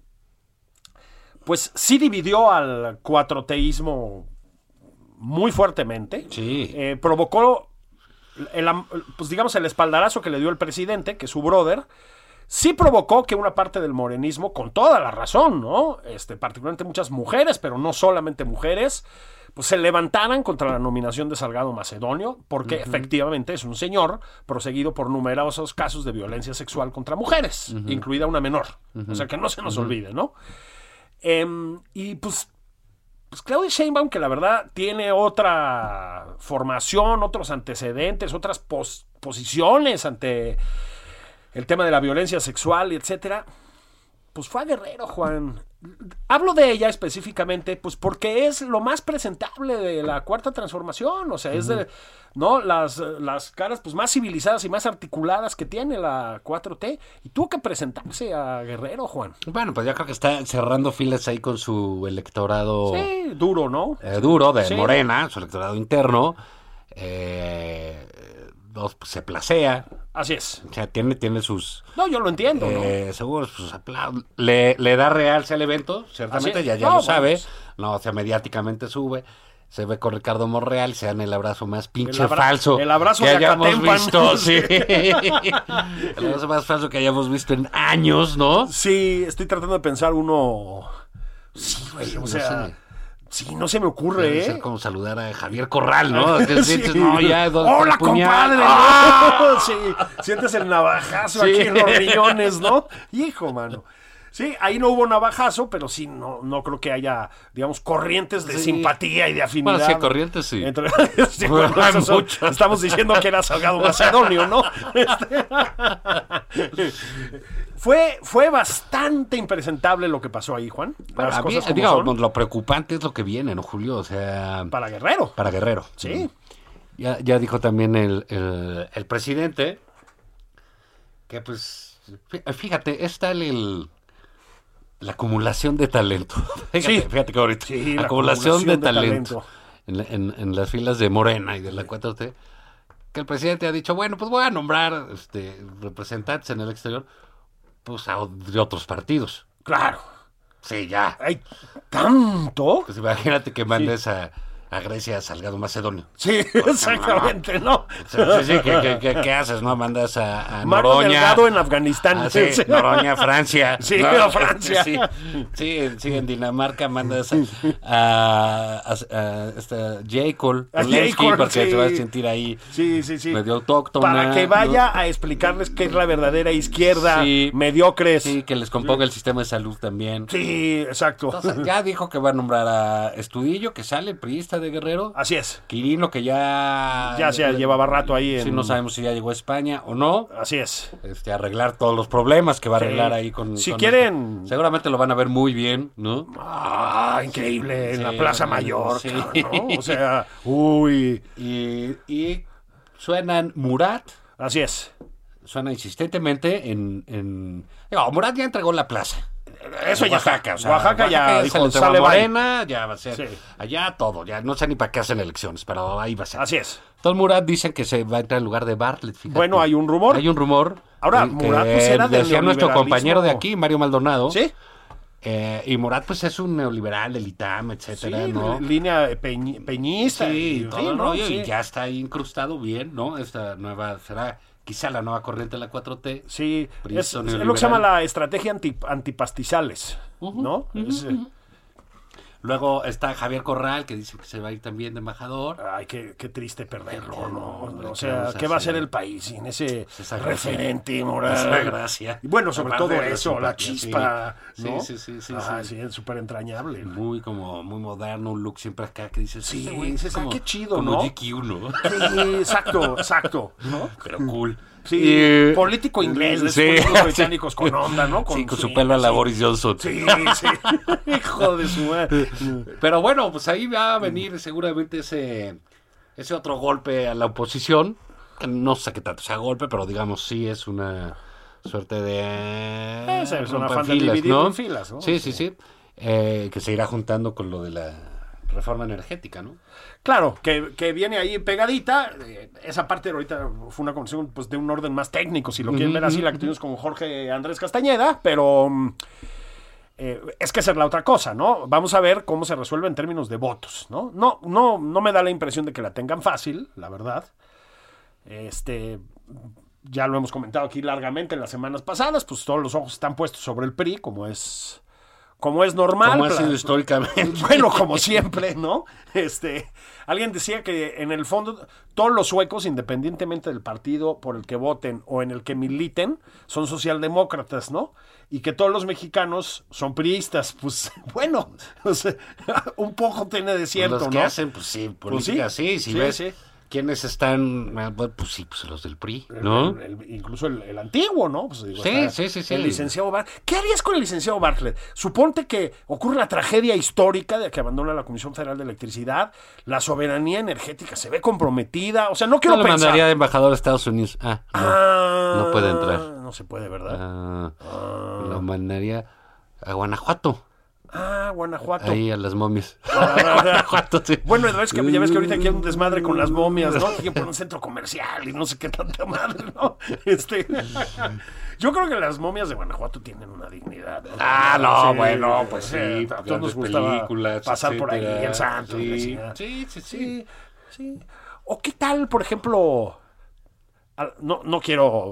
pues sí dividió al cuatroteísmo muy fuertemente. Sí. Provocó pues digamos el espaldarazo que le dio el presidente, que es su brother. Sí provocó que una parte del morenismo, con toda la razón, ¿no? Particularmente muchas mujeres, pero no solamente mujeres, pues se levantaran contra la nominación de Salgado Macedonio, porque efectivamente es un señor proseguido por numerosos casos de violencia sexual contra mujeres, incluida una menor. O sea, que no se nos olvide, ¿no? Y pues Claudia Sheinbaum, que la verdad tiene otra formación, otros antecedentes, otras posiciones ante el tema de la violencia sexual y etcétera, pues fue a Guerrero, Juan. Hablo de ella específicamente, pues porque es lo más presentable de la Cuarta Transformación, o sea, es de, ¿no? Las caras pues más civilizadas y más articuladas que tiene la 4T, y tuvo que presentarse a Guerrero, Juan. Bueno, pues yo creo que está cerrando filas ahí con su electorado. Sí, duro, ¿no? Duro, de Morena, su electorado interno. Se placea. Así es. O sea, tiene sus... No, yo lo entiendo, ¿no? Seguro sus aplausos. Le da realce al evento, ciertamente, ya lo sabe. No, o sea, mediáticamente sube. Se ve con Ricardo Monreal, se dan el abrazo más pinche falso. El abrazo que de hayamos Acatempan. visto, sí. El abrazo más falso que hayamos visto en años, ¿no? Sí, estoy tratando de pensar uno Sí, güey, o No sea, sé. sí, no se me ocurre, Debe ¿eh? ser como saludar a Javier Corral, ¿no? Que Sí. sientes, no, ya, ¿dónde está el ¡Hola, puñal? compadre! ¡Ah! Sí, sientes el navajazo Sí. aquí en los riñones, ¿no? Hijo, mano. Sí, ahí no hubo navajazo, pero sí, no creo que haya, digamos, corrientes de Sí. simpatía y de afinidad. Bueno, sí, corrientes sí. Entre- sí, Bueno, bueno, hay esos son- muchas. estamos diciendo que era Salgado Macedonio, ¿no? Fue bastante impresentable lo que pasó ahí, Juan. Bueno, Las a mí, cosas como digo, son. lo preocupante es lo que viene, ¿no, Julio? O sea, Para Guerrero. para Guerrero. Sí. Ya dijo también el presidente que, pues, fíjate, es tal la acumulación de talento. Fíjate que ahorita. Sí, la la acumulación de acumulación talento en las filas de Morena y de la 4T, que el presidente ha dicho, bueno, pues voy a nombrar representantes en el exterior, pues de otros partidos. Claro. Sí, ya. Hay tanto. Pues imagínate que mandes a Grecia a Salgado Macedonio. Sí, exactamente, ¿no? Sí, ¿qué haces, no? Mandas a Mario Noroña. Delgado en Afganistán. Ah, sí, Noroña, Francia. Sí, ¿no? a Francia. Sí, en Dinamarca mandas a J. Cole, A J. Zelensky, Cole, porque sí. se va a sentir ahí Sí. medio autóctona. Para que vaya a explicarles qué es la verdadera izquierda, Sí. mediocres. Sí, que les componga el sistema de salud también. Sí, exacto. Entonces, ya dijo que va a nombrar a Estudillo, que sale, priista de Guerrero. Así es. Quirino, que ya Se llevaba rato ahí. Sí, no sabemos si ya llegó a España o no. Así es. Arreglar todos los problemas que va a Sí. arreglar ahí con... Si con quieren- esto. Seguramente lo van a ver muy bien, ¿no? Increíble. En Sí, la Plaza sí, Mayor. sí. cabrón, ¿no? O sea, uy. Y suenan Murat, Así es. suena insistentemente en... Digo, Murat ya entregó la plaza. Eso ya está. Oaxaca, o sea, Oaxaca ya se dijo, le entregó a sale, bye. Morena, ya va a ser... Sí. Allá todo, ya no sé ni para qué hacen elecciones, pero ahí va a ser. Así es. Entonces Murat dicen que se va a entrar en lugar de Bartlett, fíjate. Bueno, hay un rumor. Hay un rumor. Ahora, que Murat, pues, era del decía nuestro neoliberalismo. compañero de aquí, Mario Maldonado. Sí. Y Murat, pues, es un neoliberal del ITAM, etcétera, Sí, ¿no? línea peñista. Sí, y- todo sí, el ¿no? rollo, Sí. y ya está ahí incrustado bien, ¿no? Esta nueva, será quizá la nueva corriente de la 4T. Sí, Pristo es lo que neoliberal. se llama la estrategia antipastizales, ¿no? Luego está Javier Corral, que dice que se va a ir también de embajador. Ay, qué triste perderlo, ¿no? hombre, O ¿qué sea, vamos a ¿qué va a hacer hacer? el país sin ese Esa gracia. referente moral? Esa gracia. Y bueno, sobre Aparte todo de la eso, la simpatía, chispa, sí. ¿no? Sí. Sí, es súper entrañable. Muy moderno, un look siempre acá que dices, Sí, este güey es dices, ah, como, qué chido, como ¿no? GQ, ¿no? Sí, exacto, ¿no? Pero cool. Sí, Y- político inglés, de esos Sí, políticos británicos con onda, ¿no? Sí, con su sí, pelo a la sí. Boris Johnson. Sí. Hijo de su madre. Pero bueno, pues ahí va a venir seguramente ese otro golpe a la oposición. Que no sé qué tanto sea golpe, pero digamos sí es una suerte de... Es un romper afán de filas, dividir ¿no? en filas, ¿no? Sí. Que se irá juntando con lo de la reforma energética, ¿no? Claro, que viene ahí pegadita. Esa parte ahorita fue una conversación pues, de un orden más técnico, si lo quieren ver así, la que tuvimos con Jorge Andrés Castañeda, pero es que esa es la otra cosa, ¿no? Vamos a ver cómo se resuelve en términos de votos, ¿no? No me da la impresión de que la tengan fácil, la verdad. Ya lo hemos comentado aquí largamente en las semanas pasadas, pues todos los ojos están puestos sobre el PRI, como es normal. Como ha sido históricamente. Bueno, como siempre, ¿no? Alguien decía que en el fondo todos los suecos, independientemente del partido por el que voten o en el que militen, son socialdemócratas, ¿no? Y que todos los mexicanos son priistas. Pues bueno, o sea, un poco tiene de cierto, Los que ¿no? hacen, pues sí, política, sí. Si sí, ves sí. quiénes están, pues sí, pues los del PRI, ¿no? Incluso el antiguo, ¿no? Pues, digo, Sí, está sí. El licenciado Bartlett. ¿Qué harías con el licenciado Bartlett? Suponte que ocurre la tragedia histórica de que abandona la Comisión Federal de Electricidad, la soberanía energética se ve comprometida. O sea, no quiero No le pensar. mandaría de embajador a Estados Unidos. No puede entrar. No se puede, ¿verdad? Lo mandaría a Guanajuato, Guanajuato. ahí a las momias. Guanajuato, sí. Bueno, ya ves que ahorita aquí hay un desmadre con las momias, ¿no? Que por un centro comercial y no sé qué tanta madre, ¿no? Yo creo que las momias de Guanajuato tienen una dignidad, ¿no? No, bueno, pues sí. A todos nos gustaba películas, pasar por ahí, etcétera. el santo. Sí. la chingada. Sí. Sí. O qué tal, por ejemplo, no quiero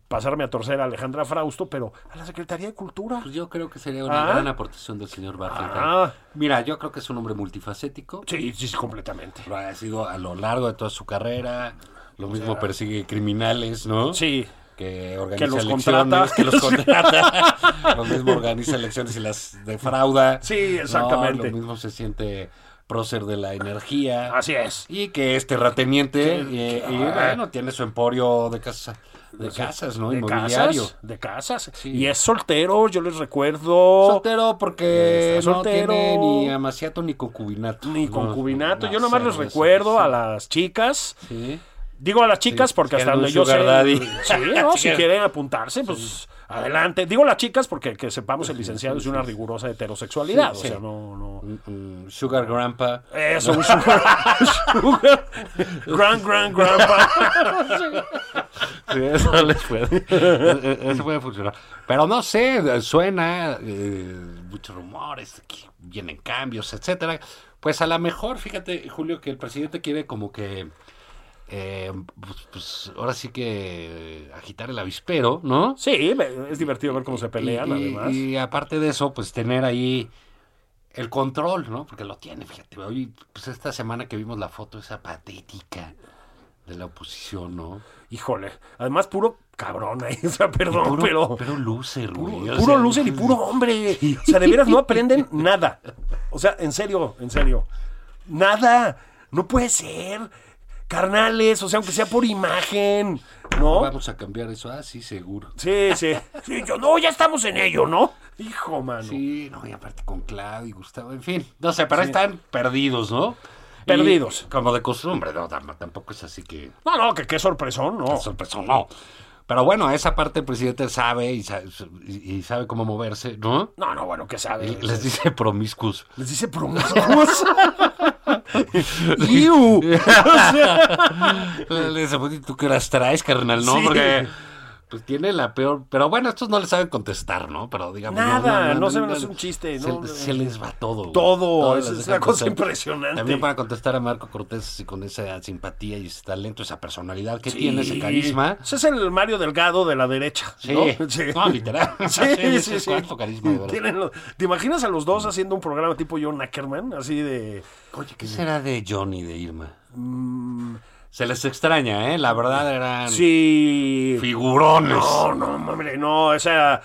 pasarme a torcer a Alejandra Frausto, pero a la Secretaría de Cultura. Pues yo creo que sería una gran aportación del señor Bartlett. Mira, yo creo que es un hombre multifacético. Sí, completamente. Lo ha sido a lo largo de toda su carrera. Lo mismo persigue criminales, ¿no? Sí. Que organiza los elecciones, contrata. que los contrata. Lo mismo organiza elecciones y las defrauda. Sí, exactamente. Lo mismo se siente prócer de la energía. Así es. Y que es terrateniente y bueno, tiene su emporio de casas, ¿no? Inmobiliario. De casas. Sí. Y es soltero, yo les recuerdo. Soltero porque Está soltero. no tiene ni amaciato ni concubinato. Yo nomás les recuerdo sí. a las chicas. Sí. Digo a las chicas porque si hasta quieren donde un yo sé. sugar daddy. Sí, ¿no? Si quieren apuntarse, pues adelante. Digo las chicas porque que sepamos el licenciado es una rigurosa heterosexualidad. Sí, o sea, sí. no. Sugar grandpa. Eso, un sugar. Grandpa. Sí, eso les puede. Eso puede funcionar. Pero no sé, suena muchos rumores, que vienen cambios, etcétera. Pues a lo mejor, fíjate, Julio, que el presidente quiere como que pues ahora sí que agitar el avispero, ¿no? Sí, es divertido ver cómo se pelean, además. Y aparte de eso, pues tener ahí el control, ¿no? Porque lo tiene, fíjate. Hoy, pues esta semana que vimos la foto esa patética de la oposición, ¿no? Híjole, además puro cabrón ahí, o sea, perdón, pero loser, güey. Puro loser y puro hombre. O sea, de veras no aprenden nada. O sea, en serio. Nada. No puede ser. Carnales, o sea, aunque sea por imagen, ¿no? Vamos a cambiar eso, sí, seguro. Sí, ya estamos en ello, ¿no? Hijo, mano. Sí, no, y aparte con Claudio y Gustavo, en fin, no sé, pero están perdidos, ¿no? Perdidos. Y, como de costumbre, no, tampoco es así que... No, que qué sorpresón, ¿no? Qué sorpresón, no. Pero bueno, esa parte el presidente sabe y sabe cómo moverse, ¿no? No, bueno, ¿qué sabe? Y les dice promiscuos. Les dice promiscuos. ¡Iu! Le dice, ¿tú qué horas traes, carnal? No, sí. Porque pues tiene la peor... Pero bueno, estos no le saben contestar, ¿no? Pero digamos... Nada, no saben hacer un chiste. Se les va todo. Todo, les es dejan una cosa contestar. impresionante. También para contestar a Marco Cortés y con esa simpatía y ese talento, esa personalidad que tiene, ese carisma. Ese es el Mario Delgado de la derecha, ¿no? Sí, no, literal. Sí. Cuánto carisma, de verdad. ¿Te imaginas a los dos haciendo un programa tipo John Ackerman? Así de... Oye, ¿qué será de Johnny, de Irma? Se les extraña, ¿eh? La verdad eran figurones. No, hombre, no, o sea,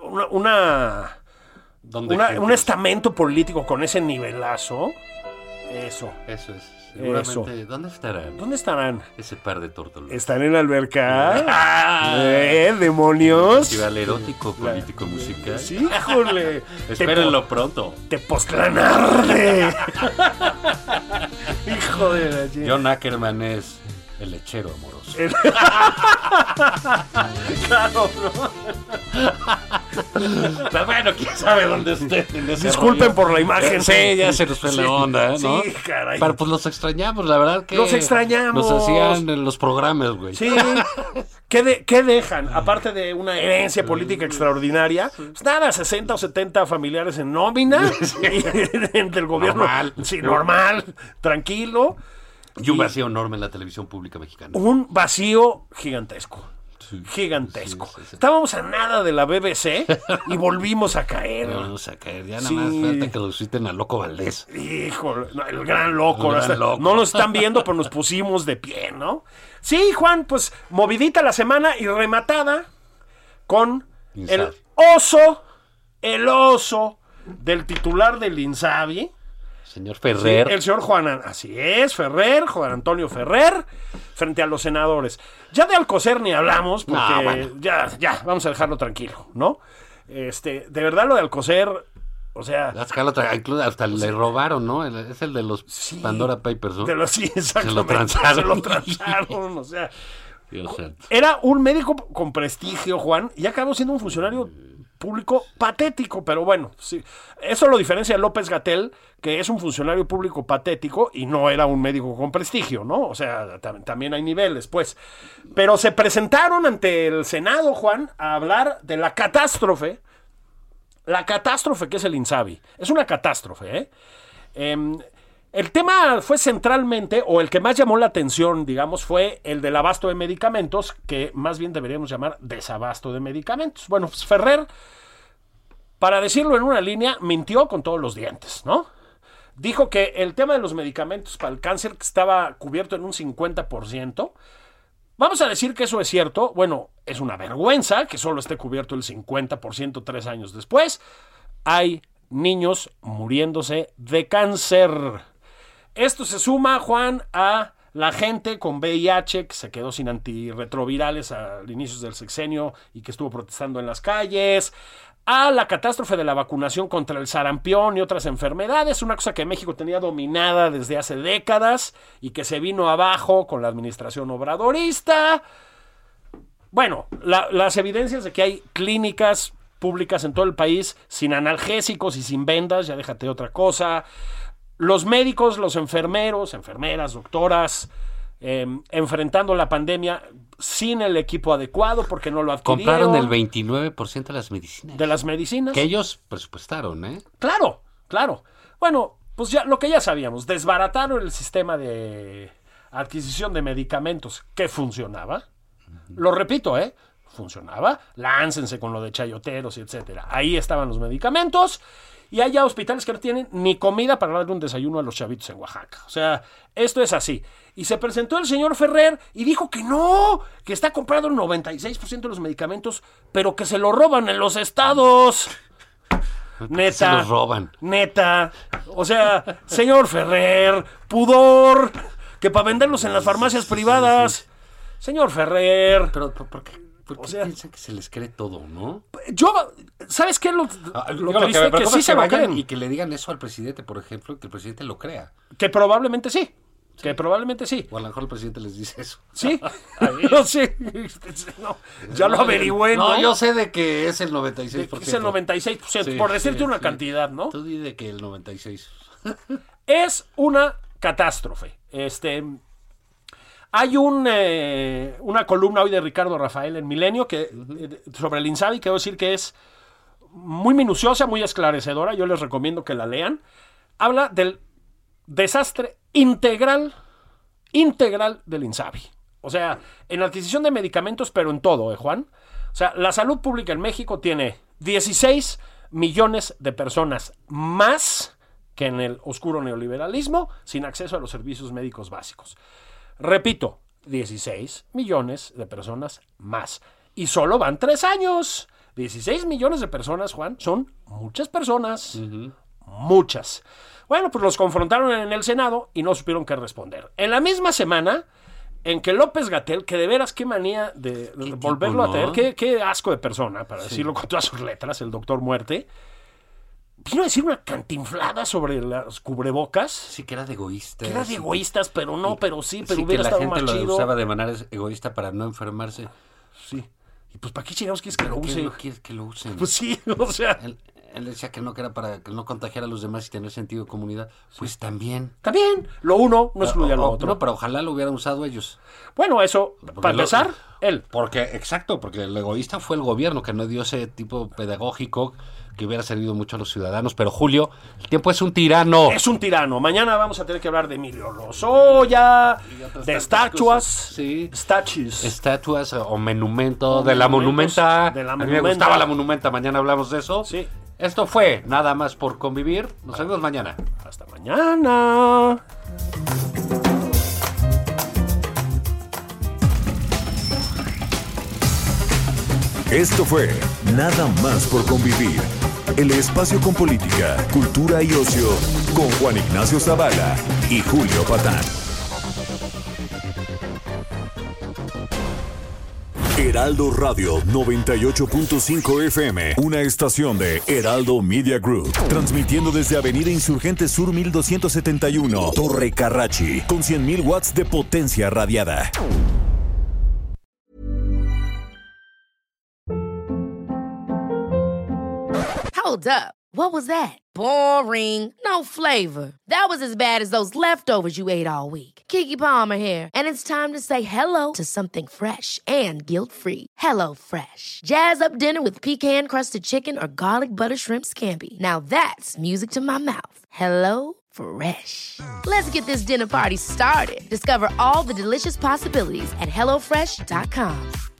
un estamento político con ese nivelazo. Eso es. Seguramente. Eso. ¿Dónde estarán? estarán? Ese par de tórtolos. ¿Están en la alberca? ¿Demonios? Festival erótico, político, musical. Sí, híjole. Espérenlo pronto. Tepoztlán arde. Hijo de la chica. John Ackerman es el lechero amoroso. Claro, ¿no? Pero bueno, quién sabe dónde estén. Disculpen por la imagen. Sí, ya se nos fue la onda, ¿no? Sí, caray. Pero pues los extrañamos, la verdad que... Los extrañamos. Nos hacían en los programas, güey. Sí. ¿Qué dejan? Aparte de una herencia política extraordinaria, pues nada, 60 o 70 familiares en nómina del gobierno. Normal. Sí, normal, tranquilo. Y un vacío enorme en la televisión pública mexicana. Un vacío gigantesco. Gigantesco. Sí. Estábamos a nada de la BBC y volvimos a caer. Vamos a caer. Ya nada más falta que resuciten a Loco Valdés. Híjole, el gran loco. El gran loco. No nos están viendo, pero nos pusimos de pie, ¿no? Sí, Juan, pues movidita la semana y rematada con el oso del titular del INSABI. Señor Ferrer. Sí, el señor así es, Juan Antonio Ferrer, frente a los senadores. Ya de Alcocer ni hablamos, porque ya, vamos a dejarlo tranquilo, ¿no? De verdad lo de Alcocer, o sea... Hasta le robaron, ¿no? Es el de los Pandora Papers, ¿no? Sí, exactamente. Se lo transaron. Se lo transaron, o sea... Dios santo. Era un médico con prestigio, Juan, y acabó siendo un funcionario público patético, pero bueno, sí. Eso lo diferencia de López-Gatell, que es un funcionario público patético y no era un médico con prestigio, ¿no? O sea, también hay niveles, pues. Pero se presentaron ante el Senado, Juan, a hablar de la catástrofe que es el INSABI. Es una catástrofe, ¿eh? El tema fue centralmente, o el que más llamó la atención, digamos, fue el del abasto de medicamentos, que más bien deberíamos llamar desabasto de medicamentos. Bueno, pues Ferrer, para decirlo en una línea, mintió con todos los dientes, ¿no? Dijo que el tema de los medicamentos para el cáncer estaba cubierto en un 50%. Vamos a decir que eso es cierto. Bueno, es una vergüenza que solo esté cubierto el 50% 3 años después. Hay niños muriéndose de cáncer. Esto se suma, Juan, a la gente con VIH que se quedó sin antirretrovirales al inicio del sexenio y que estuvo protestando en las calles, a la catástrofe de la vacunación contra el sarampión y otras enfermedades, una cosa que México tenía dominada desde hace décadas y que se vino abajo con la administración obradorista. Bueno, las evidencias de que hay clínicas públicas en todo el país sin analgésicos y sin vendas, ya déjate otra cosa. Los médicos, los enfermeros, enfermeras, doctoras, enfrentando la pandemia sin el equipo adecuado porque no lo adquirieron. Compraron el 29% de las medicinas. De las medicinas. Que ellos presupuestaron, ¿eh? Claro, claro. Bueno, pues ya lo que ya sabíamos, desbarataron el sistema de adquisición de medicamentos que funcionaba. Lo repito, funcionaba. Láncense con lo de chayoteros y etcétera. Ahí estaban los medicamentos. Y hay ya hospitales que no tienen ni comida para darle un desayuno a los chavitos en Oaxaca. O sea, esto es así. Y se presentó el señor Ferrer y dijo que no, que está comprando el 96% de los medicamentos, pero que se lo roban en los estados. Neta. Se los roban. Neta. O sea, señor Ferrer, pudor, que para venderlos en las farmacias privadas. Señor Ferrer. Pero, ¿por qué? Porque piensan que se les cree todo, ¿no? Yo, ¿sabes qué? Lo triste que sí se lo creen. Y que le digan eso al presidente, por ejemplo, que el presidente lo crea. Que probablemente sí. Que probablemente sí. O a lo mejor el presidente les dice eso. Sí. No sé. No, ya lo averigüé, ¿no? No, yo sé de que es el 96%. Es el 96%, sí, por decirte una cantidad, ¿no? Tú di de que el 96%. Es una catástrofe. Hay una columna hoy de Ricardo Rafael en Milenio sobre el INSABI, que debo decir que es muy minuciosa, muy esclarecedora. Yo les recomiendo que la lean. Habla del desastre integral del INSABI. O sea, en adquisición de medicamentos, pero en todo, Juan. O sea, la salud pública en México tiene 16 millones de personas más que en el oscuro neoliberalismo sin acceso a los servicios médicos básicos. Repito, 16 millones de personas más. Y solo van 3 años. 16 millones de personas, Juan, son muchas personas. Uh-huh. Muchas. Bueno, pues los confrontaron en el Senado y no supieron qué responder. En la misma semana en que López-Gatell, que de veras qué manía de volverlo a tener, qué asco de persona, para decirlo con todas sus letras, el doctor Muerte, vino a decir una cantinflada sobre las cubrebocas. Sí, que era de egoístas. Que era de egoístas, pero no, pero sí, pero sí, hubiera estado más chido. Que la gente lo usaba de manera egoísta para no enfermarse. Sí. Y pues, ¿para qué chingados quieres que lo use? ¿No quieres que lo usen? Pues sí, o sea. Él decía que no, que era para que no contagiara a los demás y tener sentido de comunidad. Pues también. También. Lo uno no excluye a lo otro. No, pero ojalá lo hubieran usado ellos. Bueno, eso, para empezar, él. Porque el egoísta fue el gobierno que no dio ese tipo pedagógico que hubiera servido mucho a los ciudadanos. Pero Julio, el tiempo es un tirano. Es un tirano. Mañana vamos a tener que hablar de Emilio Lozoya, de estatuas. Sí. Estatuas o monumento de la monumenta. A mí me gustaba la monumenta. Mañana hablamos de eso. Sí. Esto fue Nada Más por Convivir. Nos vemos mañana. Hasta mañana. Esto fue Nada Más por Convivir. El espacio con política, cultura y ocio con Juan Ignacio Zavala y Julio Patán. Heraldo Radio 98.5 FM, una estación de Heraldo Media Group, transmitiendo desde Avenida Insurgente Sur 1271, Torre Carrachi, con 100,000 watts de potencia radiada. Hold up. What was that? Boring. No flavor. That was as bad as those leftovers you ate all week. Keke Palmer here, and it's time to say hello to something fresh and guilt-free. Hello Fresh. Jazz up dinner with pecan-crusted chicken or garlic butter shrimp scampi. Now that's music to my mouth. Hello Fresh. Let's get this dinner party started. Discover all the delicious possibilities at HelloFresh.com.